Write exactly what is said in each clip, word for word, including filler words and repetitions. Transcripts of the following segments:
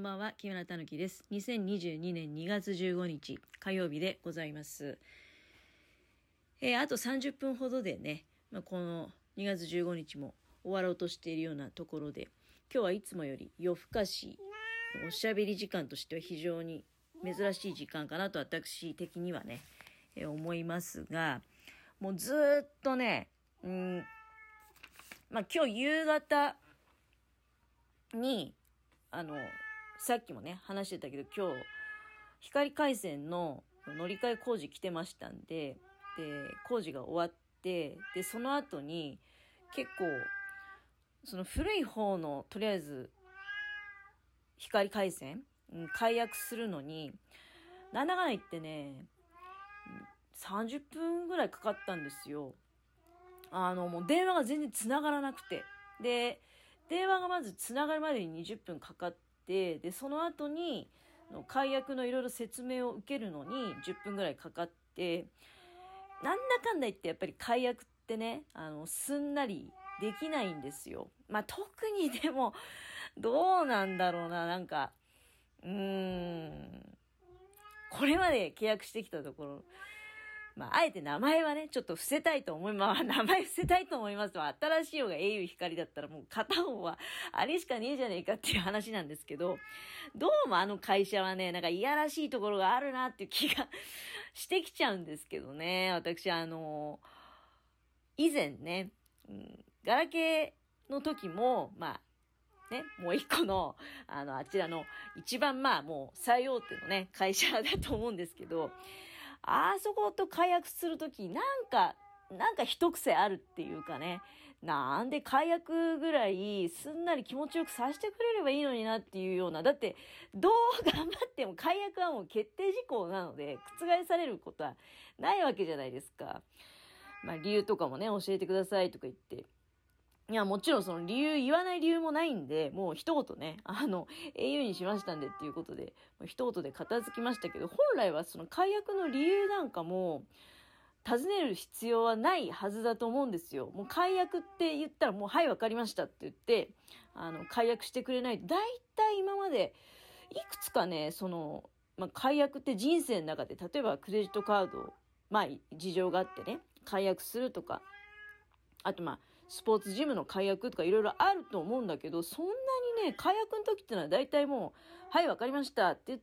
んばんは、木村たぬきです。にせんにじゅうにねんにがつじゅうごにち火曜日でございます。えー、あとさんじゅっぷんほどでね、まあ、このにがつじゅうごにちも終わろうとしているようなところで、今日はいつもより夜更かし、おしゃべり時間としては非常に珍しい時間かなと私的にはね、えー、思いますが、もうずーっとね、うん、まあ今日夕方に、あの、さっきもね、話してたけど、今日、光回線の乗り換え工事来てましたんで、で、工事が終わって、で、その後に、結構、その古い方の、とりあえず、光回線、うん、解約するのに、なんだかんだ言ってね、さんじゅっぷんぐらいかかったんですよ。あの、もう電話が全然繋がらなくて。で、電話がまず繋がるまでににじゅっぷんかかって、で、その後に、解約のいろいろ説明を受けるのにじゅっぷんぐらいかかって、なんだかんだ言ってやっぱり解約ってね、あの、すんなりできないんですよ。まあ、特にでも、どうなんだろうな、なんか、うーん、これまで契約してきたところ、まあ、あえて名前はね、ちょっと伏せたいと思います。名前伏せたいと思いますと、新しい方が au 光だったらもう片方はあれしかねえじゃねえかっていう話なんですけど、どうもあの会社はね、なんかいやらしいところがあるなっていう気がしてきちゃうんですけどね。私、あの、以前ね、うん、ガラケーの時も、まあ、ね、もう一個の、あの、あちらの一番まあもう最大手のね、会社だと思うんですけど、あそこと解約するとき、なんか、なんか一癖あるっていうかね、なんで解約ぐらいすんなり気持ちよくさせてくれればいいのになっていうような、だってどう頑張っても解約はもう決定事項なので、覆されることはないわけじゃないですか。まあ理由とかもね、教えてくださいとか言って。いや、もちろんその理由、言わない理由もないんで、もう一言ね、あの、au にしましたんでっていうことで、一言で片付きましたけど、本来はその解約の理由なんかも、尋ねる必要はないはずだと思うんですよ。もう解約って言ったら、もうはい、わかりましたって言って、あの、解約してくれないと、だいたい今まで、いくつかね、その、まあ、解約って人生の中で、例えばクレジットカード、まあ、事情があってね、解約するとか、あとまあ、スポーツジムの解約とかいろいろあると思うんだけど、そんなにね、解約の時ってのは大体もう、はい、わかりましたって言って、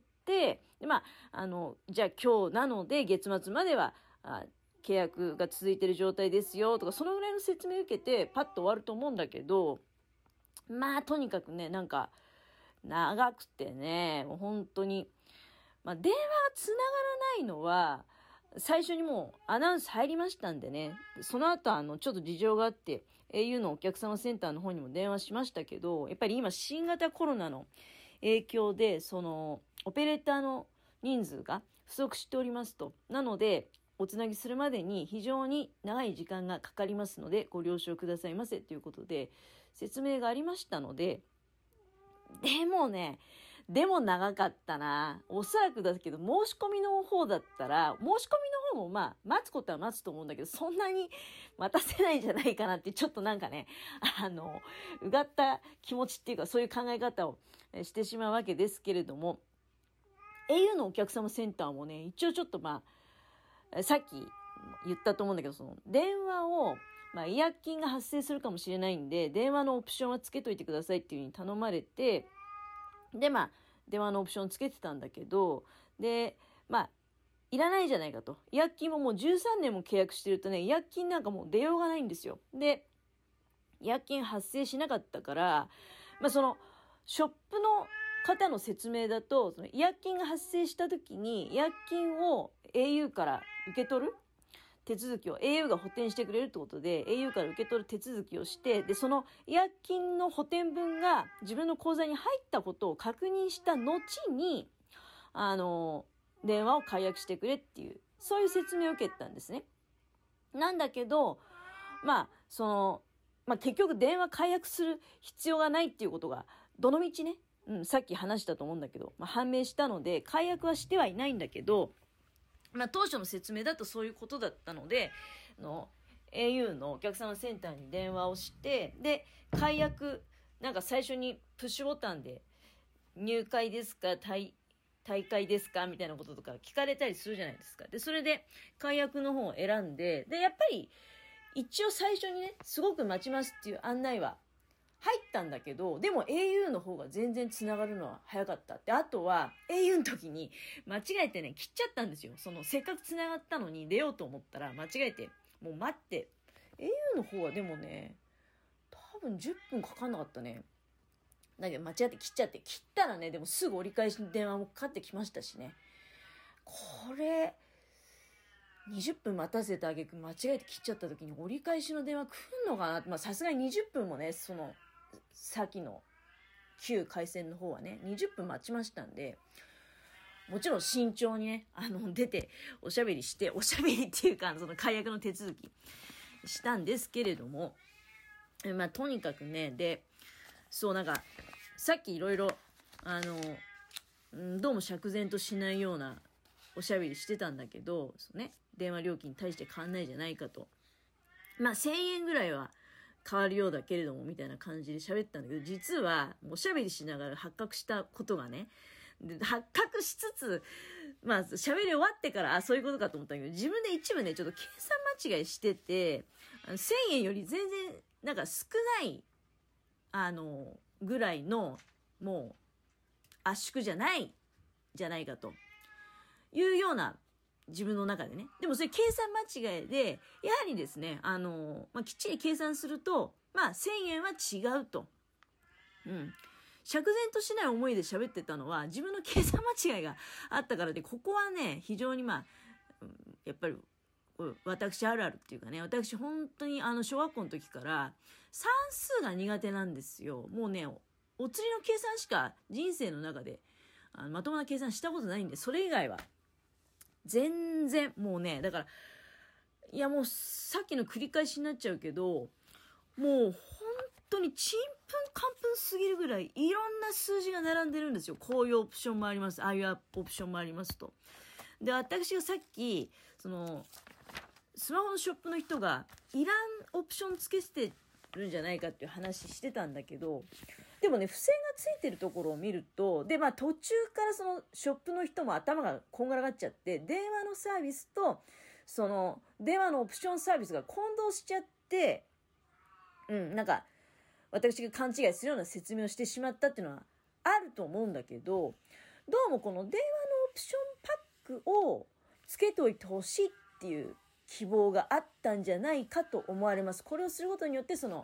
で、まあ、あの、じゃあ今日なので月末までは、あ契約が続いてる状態ですよとか、そのぐらいの説明を受けて、パッと終わると思うんだけど、まあ、とにかくね、なんか、長くてね、もう本当に、まあ、電話が繋がらないのは、最初にもうアナウンス入りましたんでね、その後あのちょっと事情があって au のお客様センターの方にも電話しましたけど、やっぱり今新型コロナの影響でそのオペレーターの人数が不足しておりますと。なのでおつなぎするまでに非常に長い時間がかかりますのでご了承くださいませということで説明がありましたので、でもね、でも長かったな。おそらくだけど、申し込みの方だったら、申し込みの方もまあ、待つことは待つと思うんだけど、そんなに待たせないんじゃないかなって、ちょっとなんかね、あの、うがった気持ちっていうか、そういう考え方をしてしまうわけですけれども、au のお客様センターもね、一応ちょっとまあ、さっき言ったと思うんだけど、その、電話を、まあ、違約金が発生するかもしれないんで、電話のオプションはつけといてくださいっていうふうに頼まれて、で、まあ、電話のオプションつけてたんだけど、で、まあ、いらないじゃないかと。違約金ももうじゅうさんねんも契約してるとね、違約金なんかもう出ようがないんですよ。で、違約金発生しなかったから、まあ、その、ショップの方の説明だと、その違約金が発生した時に、違約金を au から受け取る手続きを au が補填してくれるってことで au から受け取る手続きをして、でその違約金の補填分が自分の口座に入ったことを確認した後にあの電話を解約してくれっていう、そういう説明を受けたんですね。なんだけどまあその、まあ、結局電話解約する必要がないっていうことがどのみちね、うん、さっき話したと思うんだけど、まあ、判明したので解約はしてはいないんだけど、まあ、当初の説明だとそういうことだったので、あの au のお客様センターに電話をして、で解約なんか最初にプッシュボタンで入会ですか、退大会ですかみたいなこととか聞かれたりするじゃないですか。で、それで解約の方を選んで、で、やっぱり一応最初にね、すごく待ちますっていう案内は入ったんだけど、でも au の方が全然つながるのは早かったって。あとは au の時に間違えてね、切っちゃったんですよ。そのせっかくつながったのに出ようと思ったら間違えて、もう待って。au の方はでもね、多分じゅっぷんかかんなかったね。だけど間違って切っちゃって、切ったらね、でもすぐ折り返しの電話もかかってきましたしね。これ、にじゅっぷん待たせてあげく間違えて切っちゃった時に折り返しの電話来んのかなって、まあさすがににじゅっぷんもね、その、先の旧回線の方はね、にじゅっぷん待ちましたんで、もちろん慎重にね、あの、出ておしゃべりして、おしゃべりっていうか、その解約の手続きしたんですけれども、まあとにかくね、で、そうなんか、さっきいろいろ、あの、どうも釈然としないようなおしゃべりしてたんだけど、そうね、電話料金に対して変わんないじゃないかと。まあせんえんぐらいは変わるようだけれども、みたいな感じで喋ったんだけど、実はおしゃべりしながら発覚したことがね、で発覚しつつ、まあ喋り終わってから、あ、そういうことかと思ったんだけど、自分で一部ね、ちょっと計算間違いしてて、あのせんえんより全然、なんか少ない、あの、ぐらいの、もう、圧縮じゃないじゃないかというような自分の中でね。でもそれ計算間違いで、やはりですね、あの、まあ、きっちり計算すると、まあせんえんは違うと。うん。釈然としない思いで喋ってたのは自分の計算間違いがあったからで、ここはね、非常にまあ、やっぱり私あるあるっていうかね、私本当にあの小学校の時から算数が苦手なんですよ。もうね、お釣りの計算しか人生の中であのまともな計算したことないんで、それ以外は全然もうね、だからいやもうさっきの繰り返しになっちゃうけど、もう本当にちんぷんかんぷんすぎるぐらいいろんな数字が並んでるんですよ。こういうオプションもあります、ああいうオプションもありますと。で、私がさっきそのスマホのショップの人がいらんオプションつけてるんじゃないかっていう話してたんだけど、でもね、付箋がついてるところを見ると、で、まあ途中からそのショップの人も頭がこんがらがっちゃって、電話のサービスとその電話のオプションサービスが混同しちゃって、うん、なんか私が勘違いするような説明をしてしまったっていうのはあると思うんだけど、どうもこの電話のオプションパックをつけておいてほしいっていう希望があったんじゃないかと思われます。これをすることによってその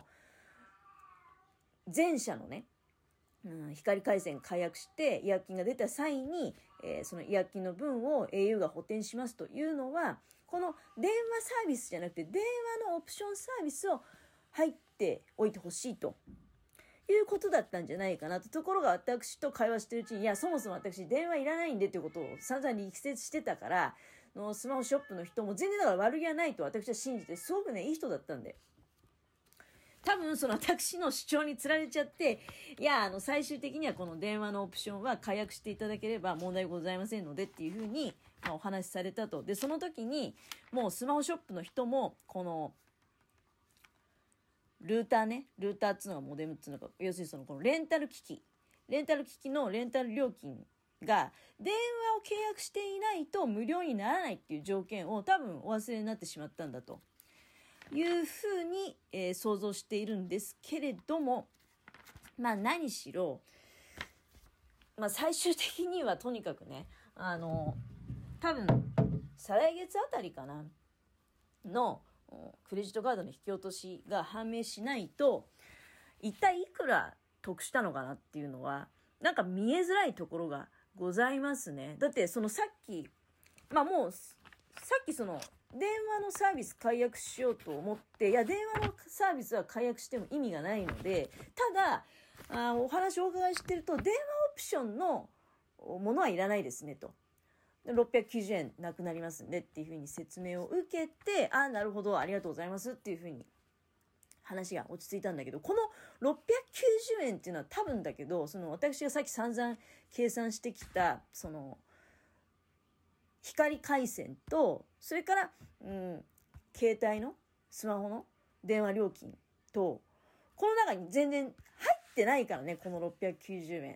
前者のね、うん、光回線解約して違約金が出た際に、えー、その違約金の分を au が補填しますというのは、この電話サービスじゃなくて電話のオプションサービスを入っておいてほしいということだったんじゃないかなと。ところが私と会話してるうちに、いやそもそも私電話いらないんでということを散々力説してたから、のスマホショップの人も全然だから悪気はないと私は信じて、すごくねいい人だったんで、多分その私の主張につられちゃって、いやあの最終的にはこの電話のオプションは解約していただければ問題ございませんのでっていうふうに、まあ、お話しされたと。でその時にもうスマホショップの人もこのルーターね、ルーターっつうのがモデムっつうのが、要するにそのこのレンタル機器レンタル機器のレンタル料金が電話を契約していないと無料にならないっていう条件を多分お忘れになってしまったんだというふうに、えー、想像しているんですけれども、まあ何しろ、まあ最終的にはとにかくね、あの多分再来月あたりかなのクレジットカードの引き落としが判明しないと、一体いくら得したのかなっていうのはなんか見えづらいところがございますね。だってそのさっき、まあもうさっきその電話のサービス解約しようと思って、いや電話のサービスは解約しても意味がないので、ただあお話をお伺いしてると電話オプションのものはいらないですねと、ろっぴゃくきゅうじゅうえんなくなりますんでっていうふうに説明を受けて、あなるほどありがとうございますっていうふうに話が落ち着いたんだけど、このろっぴゃくきゅうじゅうえんっていうのは多分だけど、その私がさっき散々計算してきたその光回線と、それから、うん、携帯のスマホの電話料金と、この中に全然入ってないからね、このろっぴゃくきゅうじゅうえん。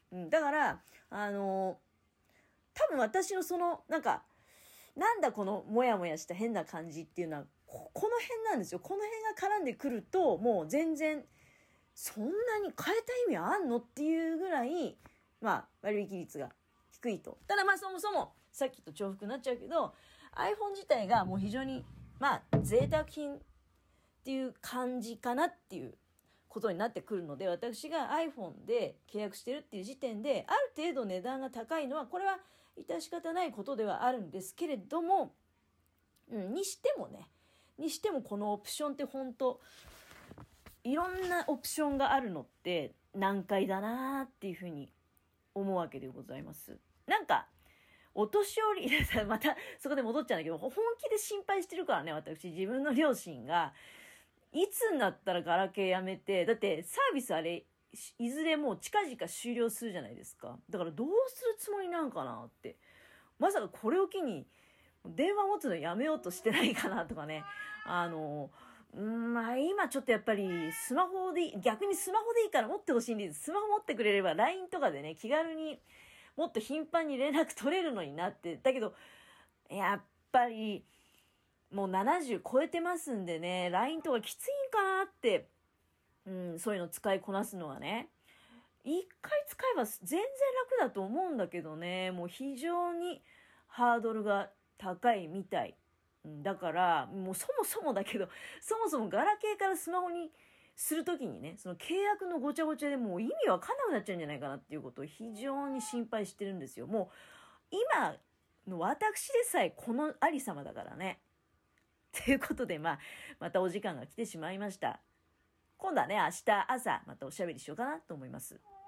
うん、だから、あの多分私のその、なんか、なんだこのモヤモヤした変な感じっていうのは、ここの辺なんですよ。この辺が絡んでくると、もう全然、そんなに変えた意味あんのっていうぐらい、まあ、割引率が低いと。ただまあそもそも、さっきと重複になっちゃうけど、iPhone 自体がもう非常に、まあ、贅沢品っていう感じかなっていうことになってくるので、私が iPhone で契約してるっていう時点で、ある程度値段が高いのは、これは致し方ないことではあるんですけれども、うん、にしてもね、にしてもこのオプションって本当いろんなオプションがあるのって難解だなっていうふうに思うわけでございます。なんか、お年寄り、またそこで戻っちゃうんだけど、本気で心配してるからね、私、自分の両親が、いつになったらガラケーやめて、だってサービスあれ、いずれもう近々終了するじゃないですか。だからどうするつもりなんかなって。まさかこれを機に、電話持つのやめようとしてないかなとかね。あの、んまあ今ちょっとやっぱりスマホで、逆にスマホでいいから持ってほしいんです。スマホ持ってくれれば ライン とかでね、気軽にもっと頻繁に連絡取れるのになって。だけど、やっぱり、もうななじゅう超えてますんでね、ライン とかきついんかなって、うん、そういうの使いこなすのはね。一回使えば全然楽だと思うんだけどね、もう非常にハードルが高いみたい。だから、もうそもそもだけど、そもそもガラケーからスマホにするときにね、その契約のごちゃごちゃでもう意味わかんなくなっちゃうんじゃないかなっていうことを非常に心配してるんですよ。もう、今の私でさえこのありさまだからね。ということで、まあ、またお時間が来てしまいました。今度はね、明日朝、またおしゃべりしようかなと思います。